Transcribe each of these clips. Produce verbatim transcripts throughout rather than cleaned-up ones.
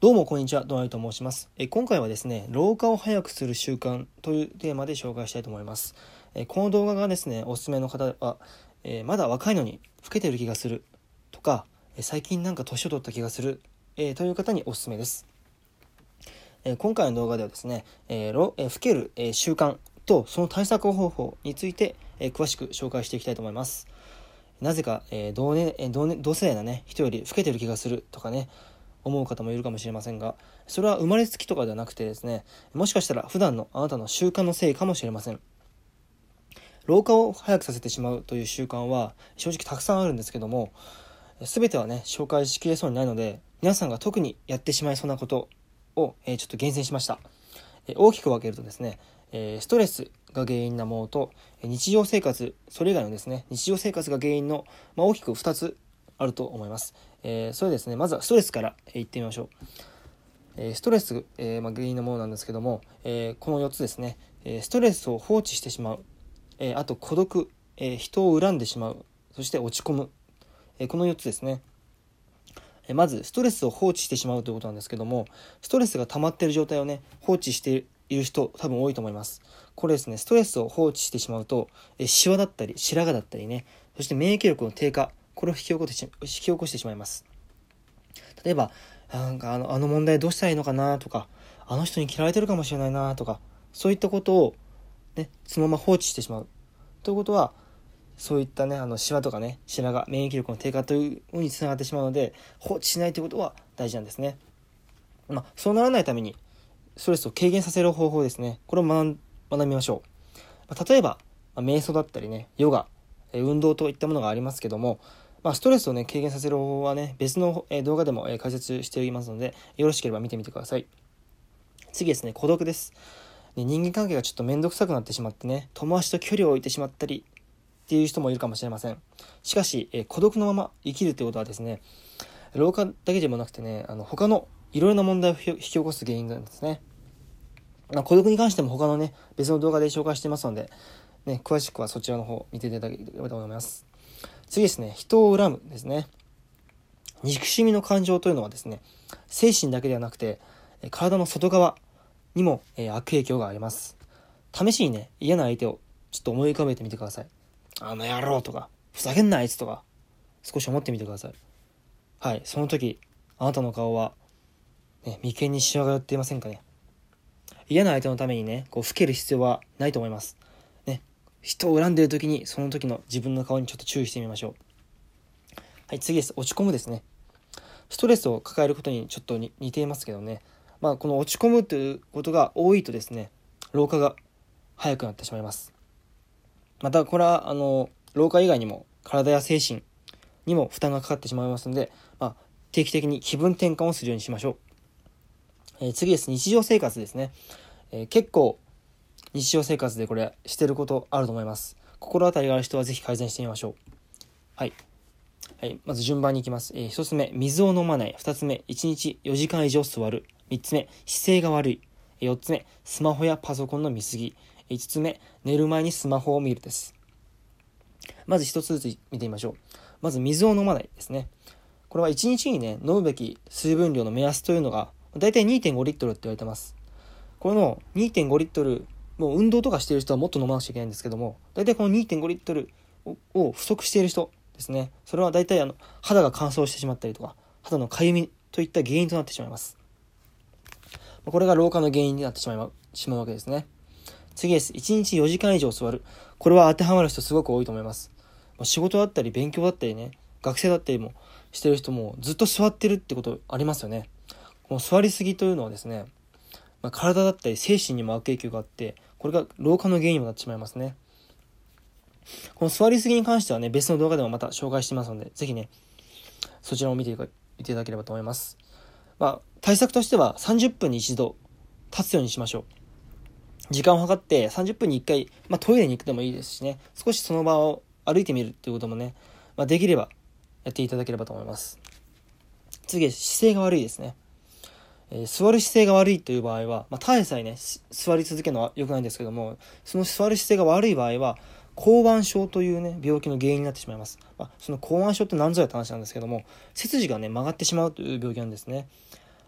どうもこんにちは、ドナルと申します。え今回はですね、老化を早くする習慣というテーマで紹介したいと思います。えこの動画がですね、おすすめの方は、えまだ若いのに老けてる気がするとか、え最近なんか年を取った気がする、えという方におすすめです。え今回の動画ではですね、えー老え老ける、え習慣とその対策方法について、え詳しく紹介していきたいと思います。なぜか、えー同年えー同年同世代なね人より老けてる気がするとかね思う方もいるかもしれませんが、それは生まれつきとかではなくてですね、もしかしたら普段のあなたの習慣のせいかもしれません。老化を早くさせてしまうという習慣は正直たくさんあるんですけども、全てはね紹介しきれそうにないので、皆さんが特にやってしまいそうなことを、えー、ちょっと厳選しました。えー、大きく分けるとですね、えー、ストレスが原因なものと日常生活、それ以外のですね日常生活が原因の、まあ、大きくふたつあると思います。えー、それですね、まずはストレスからいってみましょう。えー、ストレス、えーまあ、原因のものなんですけども、えー、このよっつですね、えー、ストレスを放置してしまう、えー、あと孤独、えー、人を恨んでしまう、そして落ち込む、えー、このよっつですね。えー、まずストレスを放置してしまうということなんですけども、ストレスが溜まっている状態をね放置している人多分多いと思います。これですね、ストレスを放置してしまうと、えー、シワだったり白髪だったりね、そして免疫力の低下、これを引き起こして引き起こしてしまいます。例えばなんかあのあの問題どうしたらいいのかなとか、あの人に嫌われてるかもしれないなとか、そういったことをねそのまま放置してしまうということは、そういったねあのシワとかね白髪、免疫力の低下というふうにつながってしまうので、放置しないということは大事なんですね。まあそうならないためにストレスを軽減させる方法ですね、これを学ん学びましょう。まあ、例えば、まあ、瞑想だったりね、ヨガ、運動といったものがありますけども、まあ、ストレスをね軽減させる方法はね別の動画でも解説していますので、よろしければ見てみてください。次ですね、孤独です。で人間関係がちょっと面倒くさくなってしまってね、友達と距離を置いてしまったりっていう人もいるかもしれません。しかし、え孤独のまま生きるということはですね、老化だけでもなくてね、あの他のいろいろな問題を引き起こす原因なんですね。まあ、孤独に関しても他のね別の動画で紹介していますので、ね、詳しくはそちらの方見ていただければと思います。次ですね、人を恨むですね。憎しみの感情というのはですね、精神だけではなくて体の外側にも悪影響があります。試しにね嫌な相手をちょっと思い浮かべてみてください。あの野郎とか、ふざけんなあいつとか、少し思ってみてください。はい、その時あなたの顔は、ね、眉間にシワが寄っていませんかね。嫌な相手のためにねこう老ける必要はないと思いますね。人を恨んでいる時にその時の自分の顔にちょっと注意してみましょう。はい、次です。落ち込むですね。ストレスを抱えることにちょっと似ていますけどね、まあこの落ち込むということが多いとですね、老化が早くなってしまいます。またこれはあの老化以外にも体や精神にも負担がかかってしまいますので、まあ、定期的に気分転換をするようにしましょう。えー、次です。日常生活ですね。えー、結構日常生活でこれしてることあると思います。心当たりがある人はぜひ改善してみましょう。はい、はい、まず順番にいきます。えー、ひとつめ、水を飲まない。ふたつめ、いちにちよじかん以上座る。みっつめ、姿勢が悪い。よっつめ、スマホやパソコンの見過ぎ。いつつめ、寝る前にスマホを見るです。まずひとつずつ見てみましょう。まず水を飲まないですね。これはいちにちにね飲むべき水分量の目安というのがだいたい にてんご リットルって言われてます。この にてんご リットル、もう運動とかしている人はもっと飲まなくちゃいけないんですけども、だいたいこの にてんご リットルを不足している人ですね、それはだいたいあの肌が乾燥してしまったりとか、肌のかゆみといった原因となってしまいます。これが老化の原因になってしまうしまうわけですね。次です。いちにちよじかん以上座る。これは当てはまる人すごく多いと思います。仕事だったり勉強だったりね、学生だったりもしてる人もずっと座ってるってことありますよね。この座りすぎというのはですね、まあ、体だったり精神にも悪影響があって、これが老化の原因になってしまいますね。この座りすぎに関してはね別の動画でもまた紹介していますので、ぜひねそちらを見ていただければと思います。まあ、対策としてはさんじゅっぷんに一度立つようにしましょう。時間を計ってさんじゅっぷんにいっかい、まあ、トイレに行くでもいいですしね、少しその場を歩いてみるっていうこともね、まあ、できればやっていただければと思います。次、姿勢が悪いですね。えー、座る姿勢が悪いという場合は、まあ、ただでさえね座り続けるのは良くないんですけども、その座る姿勢が悪い場合は口板症というね病気の原因になってしまいます。まあ、その口板症って何ぞやって話なんですけども、背筋がね曲がってしまうという病気なんですね。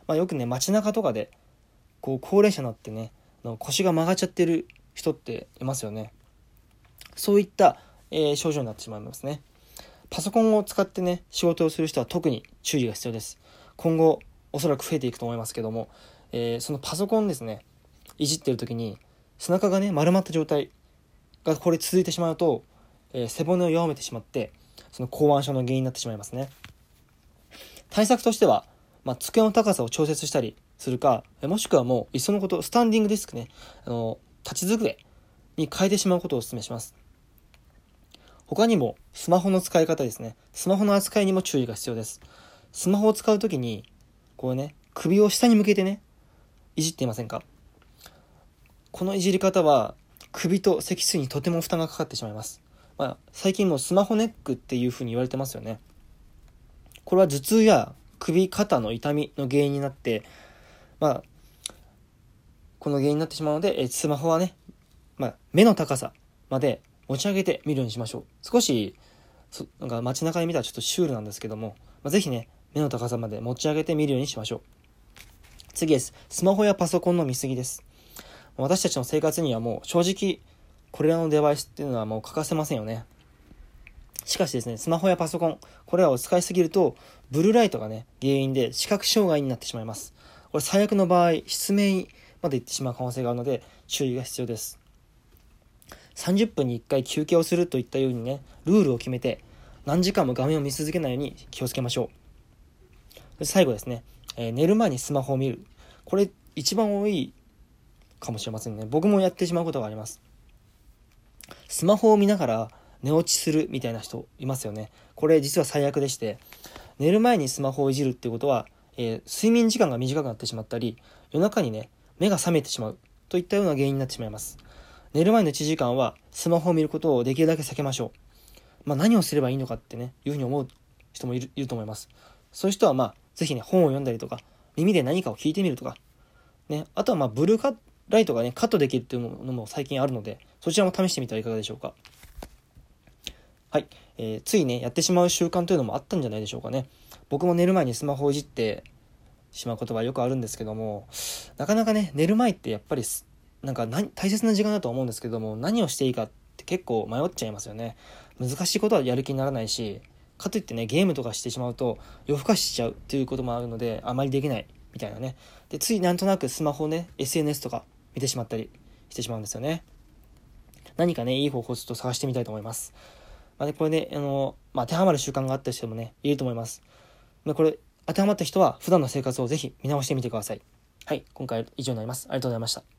まあ、よくね街中とかでこう高齢者になってね腰が曲がっちゃってる人っていますよね。そういった、えー症状になってしまいますね。パソコンを使ってね仕事をする人は特に注意が必要です。今後おそらく増えていくと思いますけども、えーそのパソコンですねいじってる時に背中がね丸まった状態がこれ続いてしまうと、えー背骨を弱めてしまってその口腕症の原因になってしまいますね。対策としては、まあ、机の高さを調節したりするか、もしくはもういっそのことスタンディングデスクね、あの立ち机に変えてしまうことをお勧めします。他にもスマホの使い方ですね。スマホの扱いにも注意が必要です。スマホを使うときにこうね首を下に向けてねいじっていませんか？このいじり方は首と脊椎にとても負担がかかってしまいます。まあ、最近もうスマホネックっていうふうに言われてますよね。これは頭痛や首肩の痛みの原因になって、まあ、この原因になってしまうので、えスマホはね、まあ、目の高さまで持ち上げて見るようにしましょう。少しそなんか街中で見たらちょっとシュールなんですけども、まあ、ぜひね目の高さまで持ち上げて見るようにしましょう。次です。スマホやパソコンの見過ぎです。私たちの生活にはもう正直これらのデバイスっていうのはもう欠かせませんよね。しかしですね、スマホやパソコン、これらを使いすぎるとブルーライトがね原因で視覚障害になってしまいます。これ最悪の場合失明までいってしまう可能性があるので注意が必要です。さんじゅっぷんにいっかい休憩をするといったようにねルールを決めて何時間も画面を見続けないように気をつけましょう。最後ですね、えー、寝る前にスマホを見る、これ一番多いかもしれませんね。僕もやってしまうことがあります。スマホを見ながら寝落ちするみたいな人いますよね。これ実は最悪でして、寝る前にスマホをいじるっていうことは、えー、睡眠時間が短くなってしまったり夜中にね目が覚めてしまうといったような原因になってしまいます。寝る前のいちじかんはスマホを見ることをできるだけ避けましょう。まあ、何をすればいいのかってねいうふうに思う人もいる、いると思います。そういう人はまあぜひね本を読んだりとか耳で何かを聞いてみるとかね、あとはまあブルーカライトがねカットできるっていうのも最近あるのでそちらも試してみてはいかがでしょうか。はい、えー、ついねやってしまう習慣というのもあったんじゃないでしょうかね。僕も寝る前にスマホをいじってしまうことはよくあるんですけども、なかなかね寝る前ってやっぱりなんか何大切な時間だと思うんですけども、何をしていいかって結構迷っちゃいますよね。難しいことはやる気にならないし、かといってねゲームとかしてしまうと夜更かししちゃうっていうこともあるのであまりできないみたいなね。でついなんとなくスマホね エスエヌエス とか見てしまったりしてしまうんですよね。何かねいい方法をちょっと探してみたいと思います。まあね、これねあの、まあ、当てはまる習慣があった人もねいると思います。まあ、これ当てはまった人は普段の生活をぜひ見直してみてください。はい、今回は以上になります。ありがとうございました。